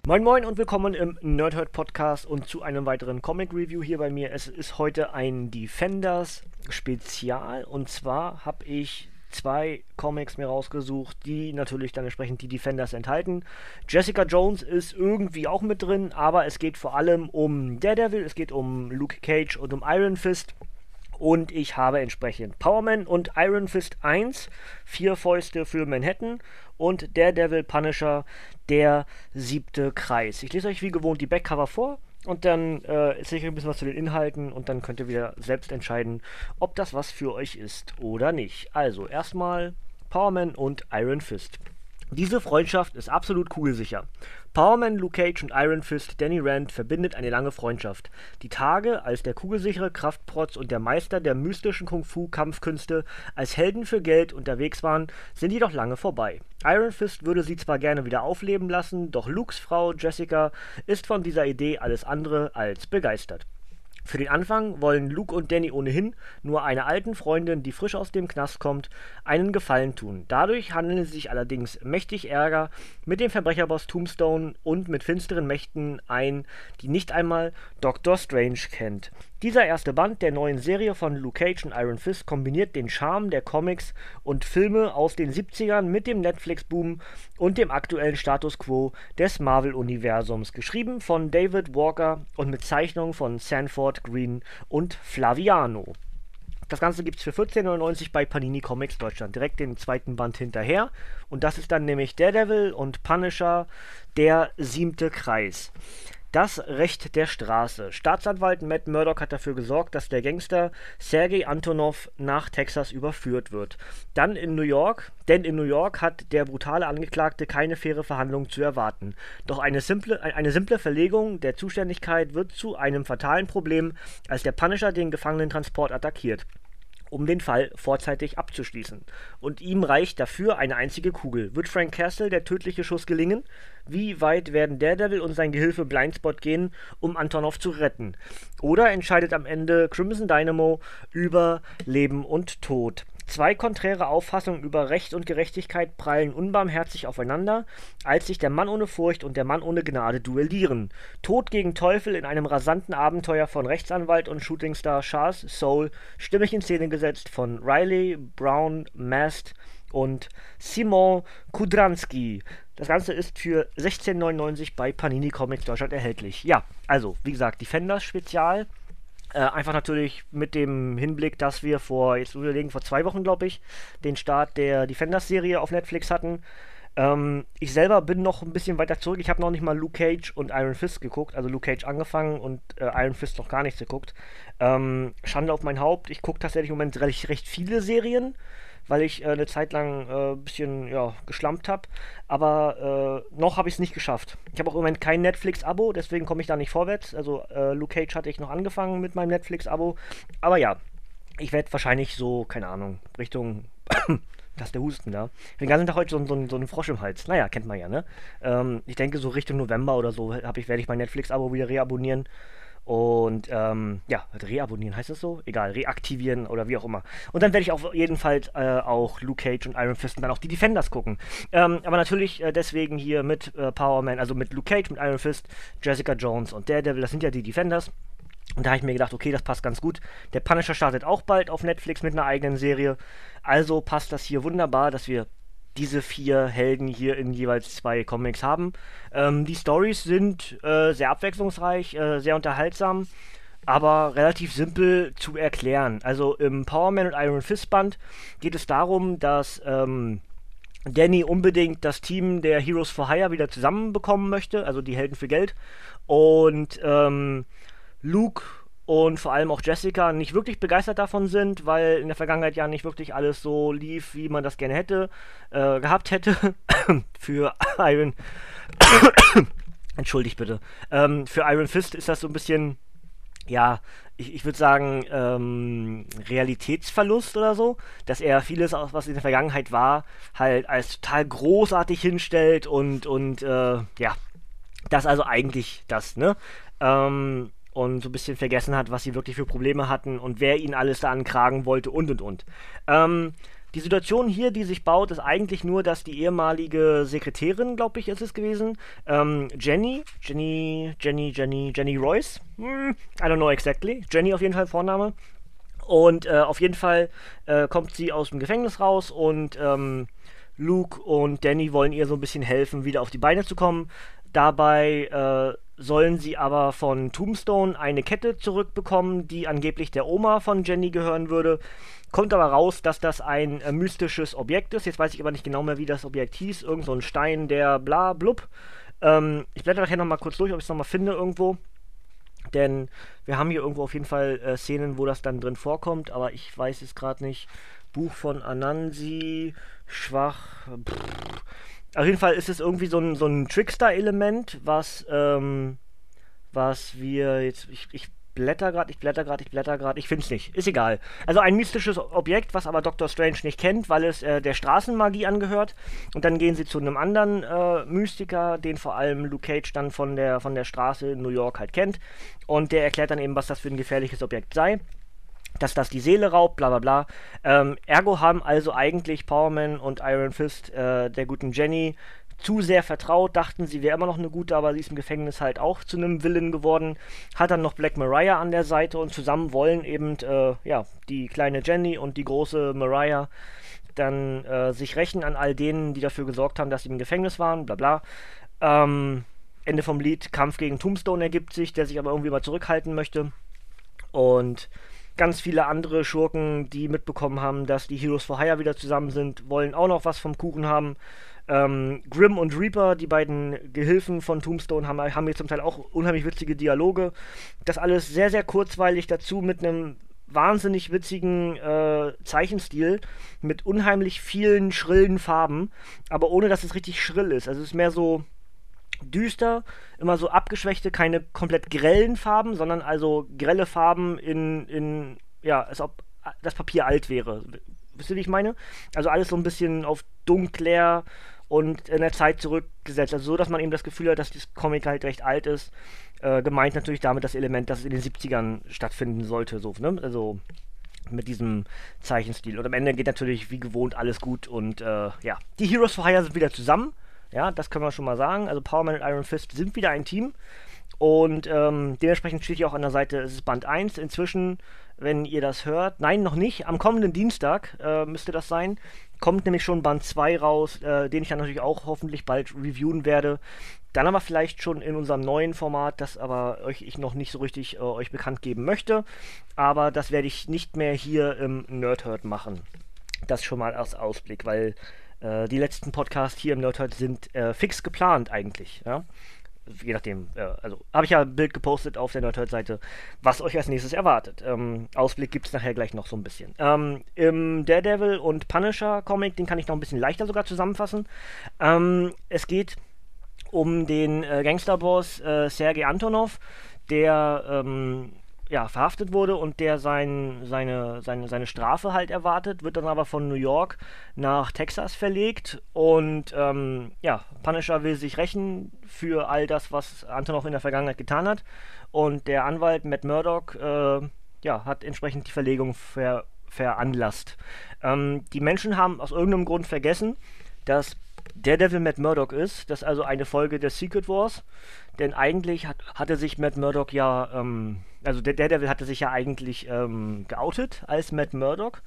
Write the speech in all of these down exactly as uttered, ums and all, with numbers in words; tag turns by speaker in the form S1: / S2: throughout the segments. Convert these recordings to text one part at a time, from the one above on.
S1: Moin Moin und willkommen im Nerdhurt Podcast und zu einem weiteren Comic Review hier bei mir. Es ist heute ein Defenders Spezial und zwar habe ich zwei Comics mir rausgesucht, die natürlich dann entsprechend die Defenders enthalten. Jessica Jones ist irgendwie auch mit drin, aber es geht vor allem um Daredevil, es geht um Luke Cage und um Iron Fist. Und ich habe entsprechend Powerman und Iron Fist eins, vier Fäuste für Manhattan und Daredevil Punisher, der siebte Kreis. Ich lese euch wie gewohnt die Backcover vor und dann äh, erzähle ich euch ein bisschen was zu den Inhalten und dann könnt ihr wieder selbst entscheiden, ob das was für euch ist oder nicht. Also erstmal Powerman und Iron Fist. Diese Freundschaft ist absolut kugelsicher. Powerman, Luke Cage und Iron Fist Danny Rand verbindet eine lange Freundschaft. Die Tage, als der kugelsichere Kraftprotz und der Meister der mystischen Kung-Fu-Kampfkünste als Helden für Geld unterwegs waren, sind jedoch lange vorbei. Iron Fist würde sie zwar gerne wieder aufleben lassen, doch Lukes Frau Jessica ist von dieser Idee alles andere als begeistert. Für den Anfang wollen Luke und Danny ohnehin nur einer alten Freundin, die frisch aus dem Knast kommt, einen Gefallen tun. Dadurch handeln sie sich allerdings mächtig Ärger mit dem Verbrecherboss Tombstone und mit finsteren Mächten ein, die nicht einmal Doktor Strange kennt. Dieser erste Band der neuen Serie von Luke Cage und Iron Fist kombiniert den Charme der Comics und Filme aus den siebzigern mit dem Netflix-Boom und dem aktuellen Status Quo des Marvel-Universums. Geschrieben von David Walker und mit Zeichnungen von Sanford Green und Flaviano. Das Ganze gibt es für vierzehn neunundneunzig bei Panini Comics Deutschland. Direkt den zweiten Band hinterher. Und das ist dann nämlich Daredevil und Punisher, der siebte Kreis. Das Recht der Straße. Staatsanwalt Matt Murdock hat dafür gesorgt, dass der Gangster Sergei Antonov nach Texas überführt wird. Dann in New York, denn in New York hat der brutale Angeklagte keine faire Verhandlung zu erwarten. Doch eine simple, eine simple Verlegung der Zuständigkeit wird zu einem fatalen Problem, als der Punisher den Gefangenentransport attackiert, um den Fall vorzeitig abzuschließen. Und ihm reicht dafür eine einzige Kugel. Wird Frank Castle der tödliche Schuss gelingen? Wie weit werden Daredevil und sein Gehilfe Blindspot gehen, um Antonov zu retten? Oder entscheidet am Ende Crimson Dynamo über Leben und Tod? Zwei konträre Auffassungen über Recht und Gerechtigkeit prallen unbarmherzig aufeinander, als sich der Mann ohne Furcht und der Mann ohne Gnade duellieren. Tod gegen Teufel in einem rasanten Abenteuer von Rechtsanwalt und Shootingstar Charles Soule, stimmig in Szene gesetzt von Riley Brown Mast und Simon Kudranski. Das Ganze ist für sechzehn neunundneunzig bei Panini Comics Deutschland erhältlich. Ja, also, wie gesagt, Defenders Spezial. Äh, einfach natürlich mit dem Hinblick, dass wir vor, jetzt überlegen, vor zwei Wochen, glaube ich, den Start der Defenders-Serie auf Netflix hatten. Ähm, ich selber bin noch ein bisschen weiter zurück. Ich habe noch nicht mal Luke Cage und Iron Fist geguckt. Also Luke Cage angefangen und äh, Iron Fist noch gar nichts geguckt. Ähm, Schande auf mein Haupt. Ich gucke tatsächlich im Moment recht, recht viele Serien, weil ich äh, eine Zeit lang ein äh, bisschen ja, geschlampt habe. Aber äh, noch habe ich es nicht geschafft. Ich habe auch im Moment kein Netflix-Abo, deswegen komme ich da nicht vorwärts. Also äh, Luke Cage hatte ich noch angefangen mit meinem Netflix-Abo. Aber ja, ich werde wahrscheinlich so, keine Ahnung, Richtung... Das ist der Husten da. Ich habe den ganzen Tag heute so, so, so einen Frosch im Hals. Naja, kennt man ja, ne? Ähm, ich denke, so Richtung November oder so ich, werde ich mein Netflix-Abo wieder reabonnieren. Und ähm, ja, reabonnieren heißt das so? Egal, reaktivieren oder wie auch immer. Und dann werde ich auf jeden Fall äh, auch Luke Cage und Iron Fist und dann auch die Defenders gucken. Ähm, aber natürlich äh, deswegen hier mit äh, Powerman, also mit Luke Cage, mit Iron Fist, Jessica Jones und Daredevil, das sind ja die Defenders. Und da habe ich mir gedacht, okay, das passt ganz gut. Der Punisher startet auch bald auf Netflix mit einer eigenen Serie. Also passt das hier wunderbar, dass wir diese vier Helden hier in jeweils zwei Comics haben. Ähm, die Storys sind äh, sehr abwechslungsreich, äh, sehr unterhaltsam, aber relativ simpel zu erklären. Also im Powerman und Iron Fist Band geht es darum, dass ähm, Danny unbedingt das Team der Heroes for Hire wieder zusammenbekommen möchte, also die Helden für Geld. Und ähm, Luke und vor allem auch Jessica nicht wirklich begeistert davon sind, weil in der Vergangenheit ja nicht wirklich alles so lief, wie man das gerne hätte, äh, gehabt hätte. Für Iron... Entschuldigt bitte. Ähm, für Iron Fist ist das so ein bisschen, ja, ich, ich würde sagen, ähm, Realitätsverlust oder so, dass er vieles, was in der Vergangenheit war, halt als total großartig hinstellt und, und äh, ja, das also eigentlich das, ne? Ähm, und so ein bisschen vergessen hat, was sie wirklich für Probleme hatten und wer ihnen alles da ankragen wollte und und und. Ähm, die Situation hier, die sich baut, ist eigentlich nur, dass die ehemalige Sekretärin, glaube ich, ist es gewesen, ähm, Jenny, Jenny, Jenny, Jenny, Jenny Royce, hm, I don't know exactly, Jenny auf jeden Fall Vorname. Und äh, auf jeden Fall äh, kommt sie aus dem Gefängnis raus und ähm, Luke und Danny wollen ihr so ein bisschen helfen, wieder auf die Beine zu kommen. Dabei äh, sollen sie aber von Tombstone eine Kette zurückbekommen, die angeblich der Oma von Jenny gehören würde. Kommt aber raus, dass das ein äh, mystisches Objekt ist. Jetzt weiß ich aber nicht genau mehr, wie das Objekt hieß. Irgend so ein Stein, der bla blub. Ähm, ich blätter nachher nochmal kurz durch, ob ich es nochmal finde irgendwo. Denn wir haben hier irgendwo auf jeden Fall äh, Szenen, wo das dann drin vorkommt, aber ich weiß es gerade nicht. Buch von Anansi, schwach. Pff. Auf jeden Fall ist es irgendwie so ein, so ein Trickster-Element, was, ähm, was wir jetzt. Ich, ich blätter gerade, ich blätter gerade, ich blätter gerade, ich finde es nicht. Ist egal. Also ein mystisches Objekt, was aber Doktor Strange nicht kennt, weil es äh, der Straßenmagie angehört. Und dann gehen sie zu einem anderen äh, Mystiker, den vor allem Luke Cage dann von der, von der Straße in New York halt kennt. Und der erklärt dann eben, was das für ein gefährliches Objekt sei. Dass das die Seele raubt, bla bla bla. Ähm, ergo haben also eigentlich Powerman und Iron Fist äh, der guten Jenny zu sehr vertraut, dachten, sie wäre immer noch eine gute, aber sie ist im Gefängnis halt auch zu einem Villain geworden. Hat dann noch Black Mariah an der Seite und zusammen wollen eben, äh, ja, die kleine Jenny und die große Mariah dann äh, sich rächen an all denen, die dafür gesorgt haben, dass sie im Gefängnis waren, bla bla. Ähm, Ende vom Lied, Kampf gegen Tombstone ergibt sich, der sich aber irgendwie mal zurückhalten möchte. Und ganz viele andere Schurken, die mitbekommen haben, dass die Heroes for Hire wieder zusammen sind, wollen auch noch was vom Kuchen haben. Ähm, Grimm und Reaper, die beiden Gehilfen von Tombstone, haben, haben hier zum Teil auch unheimlich witzige Dialoge. Das alles sehr, sehr kurzweilig, dazu mit einem wahnsinnig witzigen äh, Zeichenstil, mit unheimlich vielen schrillen Farben, aber ohne, dass es richtig schrill ist. Also es ist mehr so düster, immer so abgeschwächte, keine komplett grellen Farben, sondern also grelle Farben in, in ja, als ob das Papier alt wäre. Wisst ihr, wie ich meine? Also alles so ein bisschen auf dunkler und in der Zeit zurückgesetzt. Also so, dass man eben das Gefühl hat, dass das Comic halt recht alt ist. Äh, gemeint natürlich damit das Element, dass es in den siebzigern stattfinden sollte. So, ne? Also mit diesem Zeichenstil. Und am Ende geht natürlich wie gewohnt alles gut und äh, ja, die Heroes for Hire sind wieder zusammen. Ja, das können wir schon mal sagen. Also Powerman und Iron Fist sind wieder ein Team. Und ähm, dementsprechend steht hier auch an der Seite, es ist Band eins. Inzwischen, wenn ihr das hört, nein, noch nicht, am kommenden Dienstag äh, müsste das sein, kommt nämlich schon Band zwei raus, äh, den ich dann natürlich auch hoffentlich bald reviewen werde. Dann aber vielleicht schon in unserem neuen Format, das aber euch ich noch nicht so richtig äh, euch bekannt geben möchte. Aber das werde ich nicht mehr hier im Nerdherd machen. Das schon mal als Ausblick, weil äh, die letzten Podcasts hier im Nerdherd sind äh, fix geplant eigentlich, ja. Je nachdem, äh, also habe ich ja ein Bild gepostet auf der Nerdherd-Seite, was euch als nächstes erwartet. Ähm, Ausblick gibt es nachher gleich noch so ein bisschen. Ähm, Im Daredevil und Punisher-Comic, den kann ich noch ein bisschen leichter sogar zusammenfassen. Ähm, es geht um den äh, Gangsterboss äh, Sergei Antonov, der ähm, ja, verhaftet wurde und der sein, seine, seine, seine Strafe halt erwartet, wird dann aber von New York nach Texas verlegt und ähm, ja, Punisher will sich rächen für all das, was Antonov in der Vergangenheit getan hat und der Anwalt Matt Murdock äh, ja, hat entsprechend die Verlegung ver, veranlasst. Ähm, die Menschen haben aus irgendeinem Grund vergessen, dass Daredevil Matt Murdock ist, das ist also eine Folge der Secret Wars, denn eigentlich hat, hatte sich Matt Murdock ja, ähm, also der Daredevil hatte sich ja eigentlich ähm, geoutet als Matt Murdock.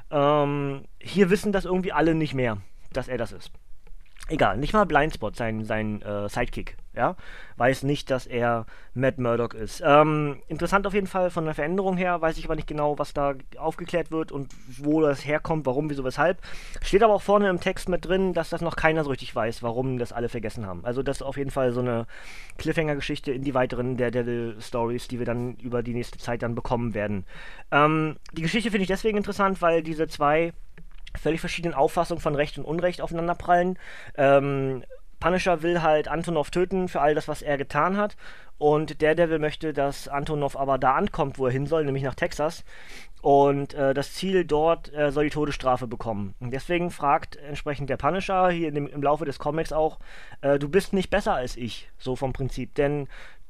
S1: Ähm, hier wissen das irgendwie alle nicht mehr, dass er das ist. Egal, nicht mal Blindspot, sein, sein äh, Sidekick, ja, weiß nicht, dass er Matt Murdock ist. Ähm, interessant auf jeden Fall von der Veränderung her, weiß ich aber nicht genau, was da aufgeklärt wird und wo das herkommt, warum, wieso, weshalb. Steht aber auch vorne im Text mit drin, dass das noch keiner so richtig weiß, warum das alle vergessen haben. Also das ist auf jeden Fall so eine Cliffhanger-Geschichte in die weiteren Daredevil-Stories, die wir dann über die nächste Zeit dann bekommen werden. Ähm, die Geschichte finde ich deswegen interessant, weil diese zwei völlig verschiedenen Auffassungen von Recht und Unrecht aufeinanderprallen. Ähm, Punisher will halt Antonov töten für all das, was er getan hat. Und Daredevil möchte, dass Antonov aber da ankommt, wo er hin soll, nämlich nach Texas. Und äh, das Ziel dort äh, soll die Todesstrafe bekommen. Und deswegen fragt entsprechend der Punisher hier in dem, im Laufe des Comics auch, äh, du bist nicht besser als ich, so vom Prinzip. Denn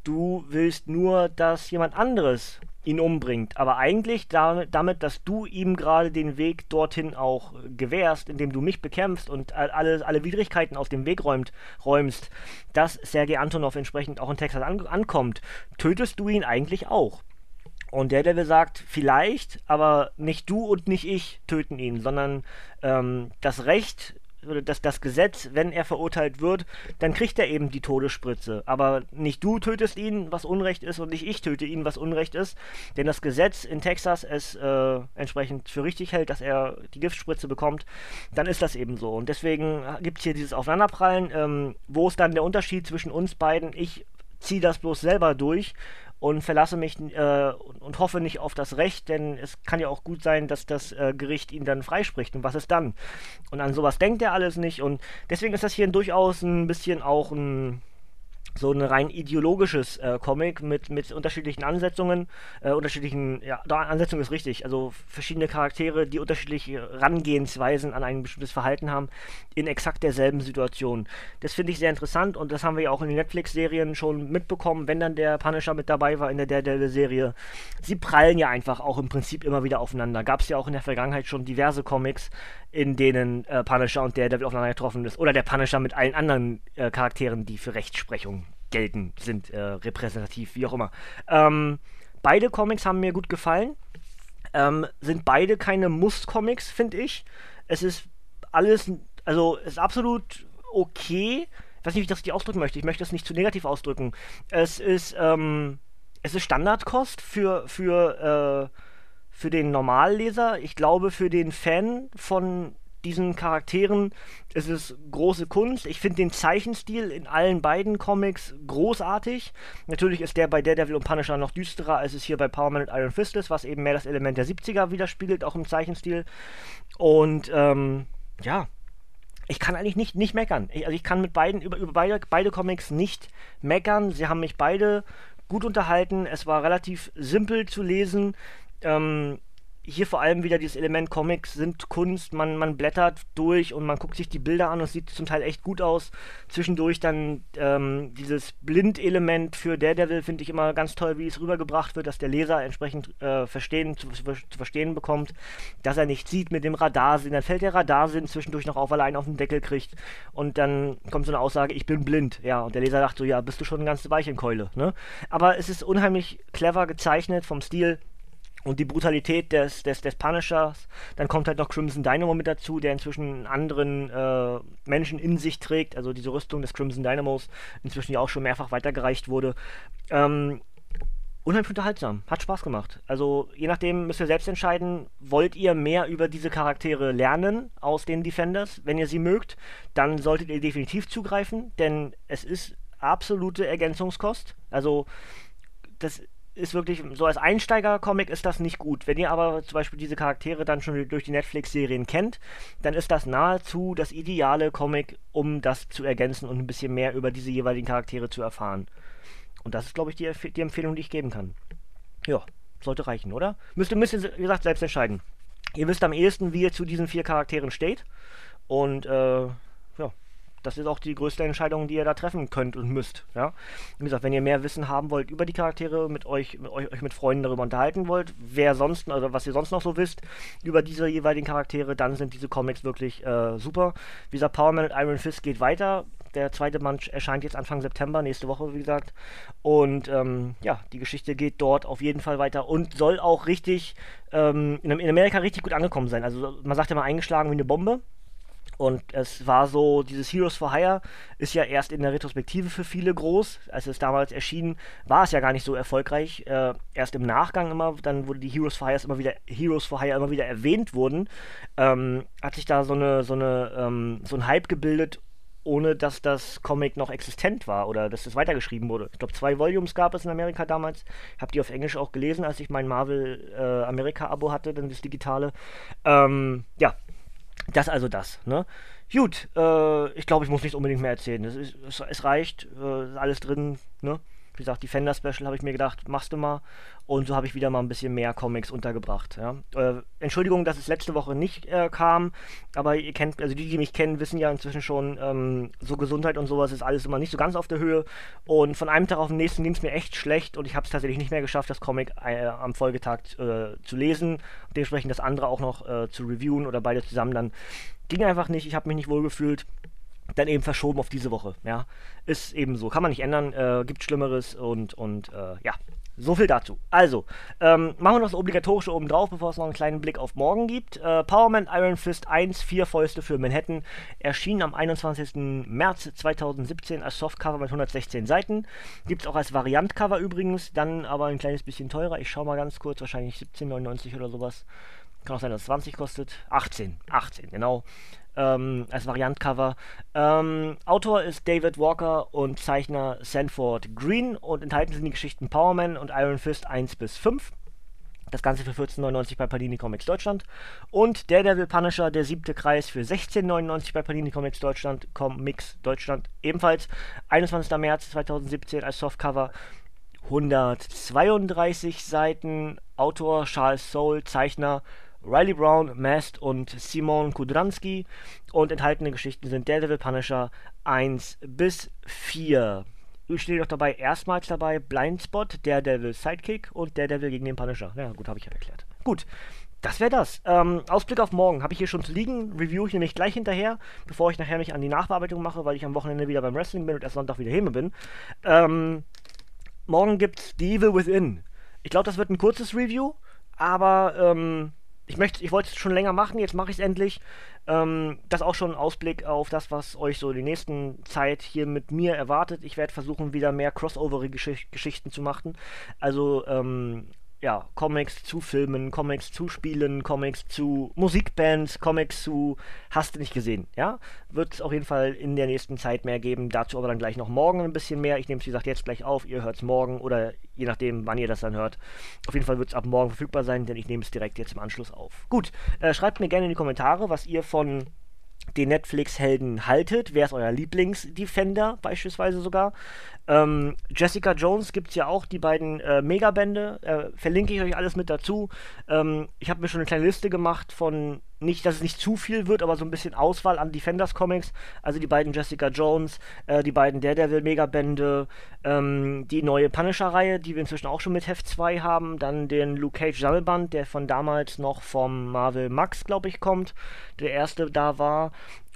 S1: du willst nur, dass jemand anderes ihn umbringt. Aber eigentlich damit, damit dass du ihm gerade den Weg dorthin auch gewährst, indem du mich bekämpfst und alle, alle Widrigkeiten aus dem Weg räumt, räumst, dass Sergei Antonov entsprechend auch in Texas an, ankommt, tötest du ihn eigentlich auch. Und Daredevil sagt, vielleicht, aber nicht du und nicht ich töten ihn, sondern ähm, das Recht, das, das Gesetz, wenn er verurteilt wird, dann kriegt er eben die Todesspritze. Aber nicht du tötest ihn, was Unrecht ist, und nicht ich töte ihn, was Unrecht ist. Denn das Gesetz in Texas es äh, entsprechend für richtig hält, dass er die Giftspritze bekommt, dann ist das eben so. Und deswegen gibt es hier dieses Aufeinanderprallen. Ähm, wo ist dann der Unterschied zwischen uns beiden? Ich ziehe das bloß selber durch und verlasse mich äh, und hoffe nicht auf das Recht, denn es kann ja auch gut sein, dass das äh, Gericht ihn dann freispricht. Und was ist dann? Und an sowas denkt er alles nicht. Und deswegen ist das hier durchaus ein bisschen auch ein so ein rein ideologisches äh, Comic mit, mit unterschiedlichen Ansetzungen, äh, unterschiedlichen, ja, da Ansetzung ist richtig, also verschiedene Charaktere, die unterschiedliche Herangehensweisen an ein bestimmtes Verhalten haben, in exakt derselben Situation. Das finde ich sehr interessant und das haben wir ja auch in den Netflix-Serien schon mitbekommen, wenn dann der Punisher mit dabei war in der Daredevil-Serie. Sie prallen ja einfach auch im Prinzip immer wieder aufeinander. Gab es ja auch in der Vergangenheit schon diverse Comics, in denen äh, Punisher und Daredevil aufeinander getroffen ist. Oder der Punisher mit allen anderen äh, Charakteren, die für Rechtsprechung gelten, sind äh, repräsentativ, wie auch immer. Ähm, beide Comics haben mir gut gefallen. Ähm, sind beide keine Muss-Comics, finde ich. Es ist alles, also es ist absolut okay. Ich weiß nicht, wie ich das die ausdrücken möchte. Ich möchte es nicht zu negativ ausdrücken. Es ist, ähm, es ist Standardkost für, für, äh, für den Normalleser. Ich glaube, für den Fan von diesen Charakteren ist es große Kunst. Ich finde den Zeichenstil in allen beiden Comics großartig. Natürlich ist der bei Daredevil und Punisher noch düsterer, als es hier bei Power Man und Iron Fist ist, was eben mehr das Element der siebziger widerspiegelt, auch im Zeichenstil. Und ähm, ja, ich kann eigentlich nicht, nicht meckern. Ich, also ich kann mit beiden, über, über beide, beide Comics nicht meckern. Sie haben mich beide gut unterhalten. Es war relativ simpel zu lesen. Ähm, hier vor allem wieder dieses Element Comics sind Kunst, man, man blättert durch und man guckt sich die Bilder an und es sieht zum Teil echt gut aus. Zwischendurch dann ähm, dieses Blind-Element für Daredevil finde ich immer ganz toll, wie es rübergebracht wird, dass der Leser entsprechend äh, verstehen, zu, zu verstehen bekommt, dass er nicht sieht mit dem Radarsinn. Dann fällt der Radarsinn zwischendurch noch auf, weil er einen auf den Deckel kriegt und dann kommt so eine Aussage, ich bin blind. Ja, und der Leser sagt so, ja, bist du schon eine ganze Weichenkeule. Ne? Aber es ist unheimlich clever gezeichnet vom Stil. Und die Brutalität des, des, des Punishers, dann kommt halt noch Crimson Dynamo mit dazu, der inzwischen einen anderen äh, Menschen in sich trägt, also diese Rüstung des Crimson Dynamos, inzwischen ja auch schon mehrfach weitergereicht wurde. Ähm, unheimlich unterhaltsam, hat Spaß gemacht. Also je nachdem müsst ihr selbst entscheiden, wollt ihr mehr über diese Charaktere lernen aus den Defenders? Wenn ihr sie mögt, dann solltet ihr definitiv zugreifen, denn es ist absolute Ergänzungskost. Also das ist wirklich, so als Einsteiger-Comic ist das nicht gut. Wenn ihr aber zum Beispiel diese Charaktere dann schon durch die Netflix-Serien kennt, dann ist das nahezu das ideale Comic, um das zu ergänzen und ein bisschen mehr über diese jeweiligen Charaktere zu erfahren. Und das ist, glaube ich, die, die Empfehlung, die ich geben kann. Ja, sollte reichen, oder? Müsst ihr, müsst ihr, wie gesagt, selbst entscheiden. Ihr wisst am ehesten, wie ihr zu diesen vier Charakteren steht. Und, äh, ja. Das ist auch die größte Entscheidung, die ihr da treffen könnt und müsst. Ja? Wie gesagt, wenn ihr mehr Wissen haben wollt über die Charaktere, mit euch, mit euch, euch mit Freunden darüber unterhalten wollt, wer sonst, also was ihr sonst noch so wisst über diese jeweiligen Charaktere, dann sind diese Comics wirklich äh, super. Wie gesagt, Power Man und Iron Fist geht weiter. Der zweite Band erscheint jetzt Anfang September, nächste Woche, wie gesagt. Und ähm, ja, die Geschichte geht dort auf jeden Fall weiter und soll auch richtig ähm, in, in Amerika richtig gut angekommen sein. Also man sagt ja mal eingeschlagen wie eine Bombe. Und es war so, dieses Heroes for Hire ist ja erst in der Retrospektive für viele groß. Als es damals erschien, war es ja gar nicht so erfolgreich. Äh, erst im Nachgang immer, dann wurde die Heroes for Hire immer wieder, Heroes for Hire immer wieder erwähnt wurden, ähm, hat sich da so eine, so eine, ähm, so ein Hype gebildet, ohne dass das Comic noch existent war oder dass es weitergeschrieben wurde. Ich glaube, zwei Volumes gab es in Amerika damals. Ich habe die auf Englisch auch gelesen, als ich mein Marvel äh, Amerika-Abo hatte, dann das digitale. Ähm, ja. Das also das, ne? Gut, äh, ich glaube, ich muss nicht unbedingt mehr erzählen. Es, ist, es, es reicht, äh, ist alles drin, ne? Wie gesagt, Defender Special habe ich mir gedacht, machst du mal. Und so habe ich wieder mal ein bisschen mehr Comics untergebracht. Ja. Äh, Entschuldigung, dass es letzte Woche nicht äh, kam, aber ihr kennt, also die, die mich kennen, wissen ja inzwischen schon, ähm, so Gesundheit und sowas ist alles immer nicht so ganz auf der Höhe. Und von einem Tag auf den nächsten ging es mir echt schlecht und ich habe es tatsächlich nicht mehr geschafft, das Comic äh, am Folgetag äh, zu lesen. Dementsprechend das andere auch noch äh, zu reviewen oder beide zusammen dann. Ging einfach nicht, ich habe mich nicht wohl gefühlt. Dann eben verschoben auf diese Woche, ja. Ist eben so, kann man nicht ändern, äh, gibt Schlimmeres und, und äh, ja, so viel dazu. Also, ähm, machen wir noch das Obligatorische oben drauf, bevor es noch einen kleinen Blick auf morgen gibt. Äh, Power Man Iron Fist eins, vier Fäuste für Manhattan, erschien am einundzwanzigsten März zweitausendsiebzehn als Softcover mit hundertsechzehn Seiten. Gibt es auch als Variantcover übrigens, dann aber ein kleines bisschen teurer. Ich schau mal ganz kurz, wahrscheinlich siebzehn neunundneunzig oder sowas. Kann auch sein, dass es zwanzig kostet. achtzehn, achtzehn, genau. Ähm, als Variantcover. Ähm, Autor ist David Walker und Zeichner Sanford Green und enthalten sind die Geschichten Power Man und Iron Fist eins bis fünf. Das Ganze für vierzehn neunundneunzig bei Panini Comics Deutschland. Und Daredevil Punisher, der siebte Kreis, für sechzehn neunundneunzig bei Panini Comics Deutschland. Comics Deutschland ebenfalls. einundzwanzigster März zweitausendsiebzehn als Softcover. hundertzweiunddreißig Seiten. Autor Charles Soule, Zeichner Riley Brown, Mast und Simon Kudranski. Und enthaltene Geschichten sind Daredevil Punisher eins bis vier. Steht doch dabei erstmals dabei Blindspot, Daredevil Sidekick und Daredevil gegen den Punisher. Ja, gut, habe ich ja erklärt. Gut, das wäre das. Ähm, Ausblick auf morgen habe ich hier schon zu liegen. Review ich nämlich gleich hinterher, bevor ich nachher mich an die Nachbearbeitung mache, weil ich am Wochenende wieder beim Wrestling bin und erst Sonntag wieder heim bin. Ähm, morgen gibt's The Evil Within. Ich glaube, das wird ein kurzes Review, aber ähm, Ich möchte, ich wollte es schon länger machen, jetzt mache ich es endlich. Ähm, das auch schon ein Ausblick auf das, was euch so die nächsten Zeit hier mit mir erwartet. Ich werde versuchen, wieder mehr Crossover-Geschichten zu machen. Also, ähm, ja, Comics zu Filmen, Comics zu Spielen, Comics zu Musikbands, Comics zu hast du nicht gesehen, ja? Wird es auf jeden Fall in der nächsten Zeit mehr geben, dazu aber dann gleich noch morgen ein bisschen mehr. Ich nehme es, wie gesagt, jetzt gleich auf, ihr hört es morgen oder je nachdem, wann ihr das dann hört. Auf jeden Fall wird es ab morgen verfügbar sein, denn ich nehme es direkt jetzt im Anschluss auf. Gut, äh, schreibt mir gerne in die Kommentare, was ihr von den Netflix-Helden haltet. Wer ist euer Lieblings-Defender beispielsweise sogar? Ähm, Jessica Jones gibt es ja auch, die beiden äh, Megabände. Äh, verlinke ich euch alles mit dazu. Ähm, ich habe mir schon eine kleine Liste gemacht von, nicht, dass es nicht zu viel wird, aber so ein bisschen Auswahl an Defenders-Comics. Also die beiden Jessica Jones, äh, die beiden Daredevil-Megabände, ähm, die neue Punisher-Reihe, die wir inzwischen auch schon mit Heft zwei haben. Dann den Luke Cage-Sammelband, der von damals noch vom Marvel Max, glaube ich, kommt. Der erste da war.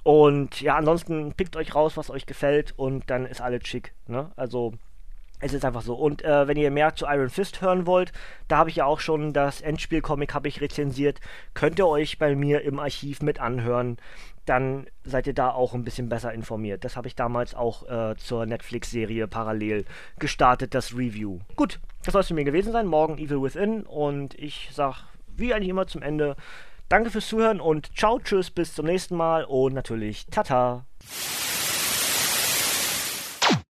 S1: Und ja, ansonsten pickt euch raus, was euch gefällt und dann ist alles schick, ne? Also, es ist einfach so. Und äh, wenn ihr mehr zu Iron Fist hören wollt, da habe ich ja auch schon das Endspiel-Comic habe ich rezensiert, könnt ihr euch bei mir im Archiv mit anhören. Dann seid ihr da auch ein bisschen besser informiert. Das habe ich damals auch äh, zur Netflix-Serie parallel gestartet, das Review. Gut, das soll es für mir gewesen sein. Morgen Evil Within und ich sag, wie eigentlich immer zum Ende, danke fürs Zuhören und ciao, tschüss, bis zum nächsten Mal und natürlich Tata.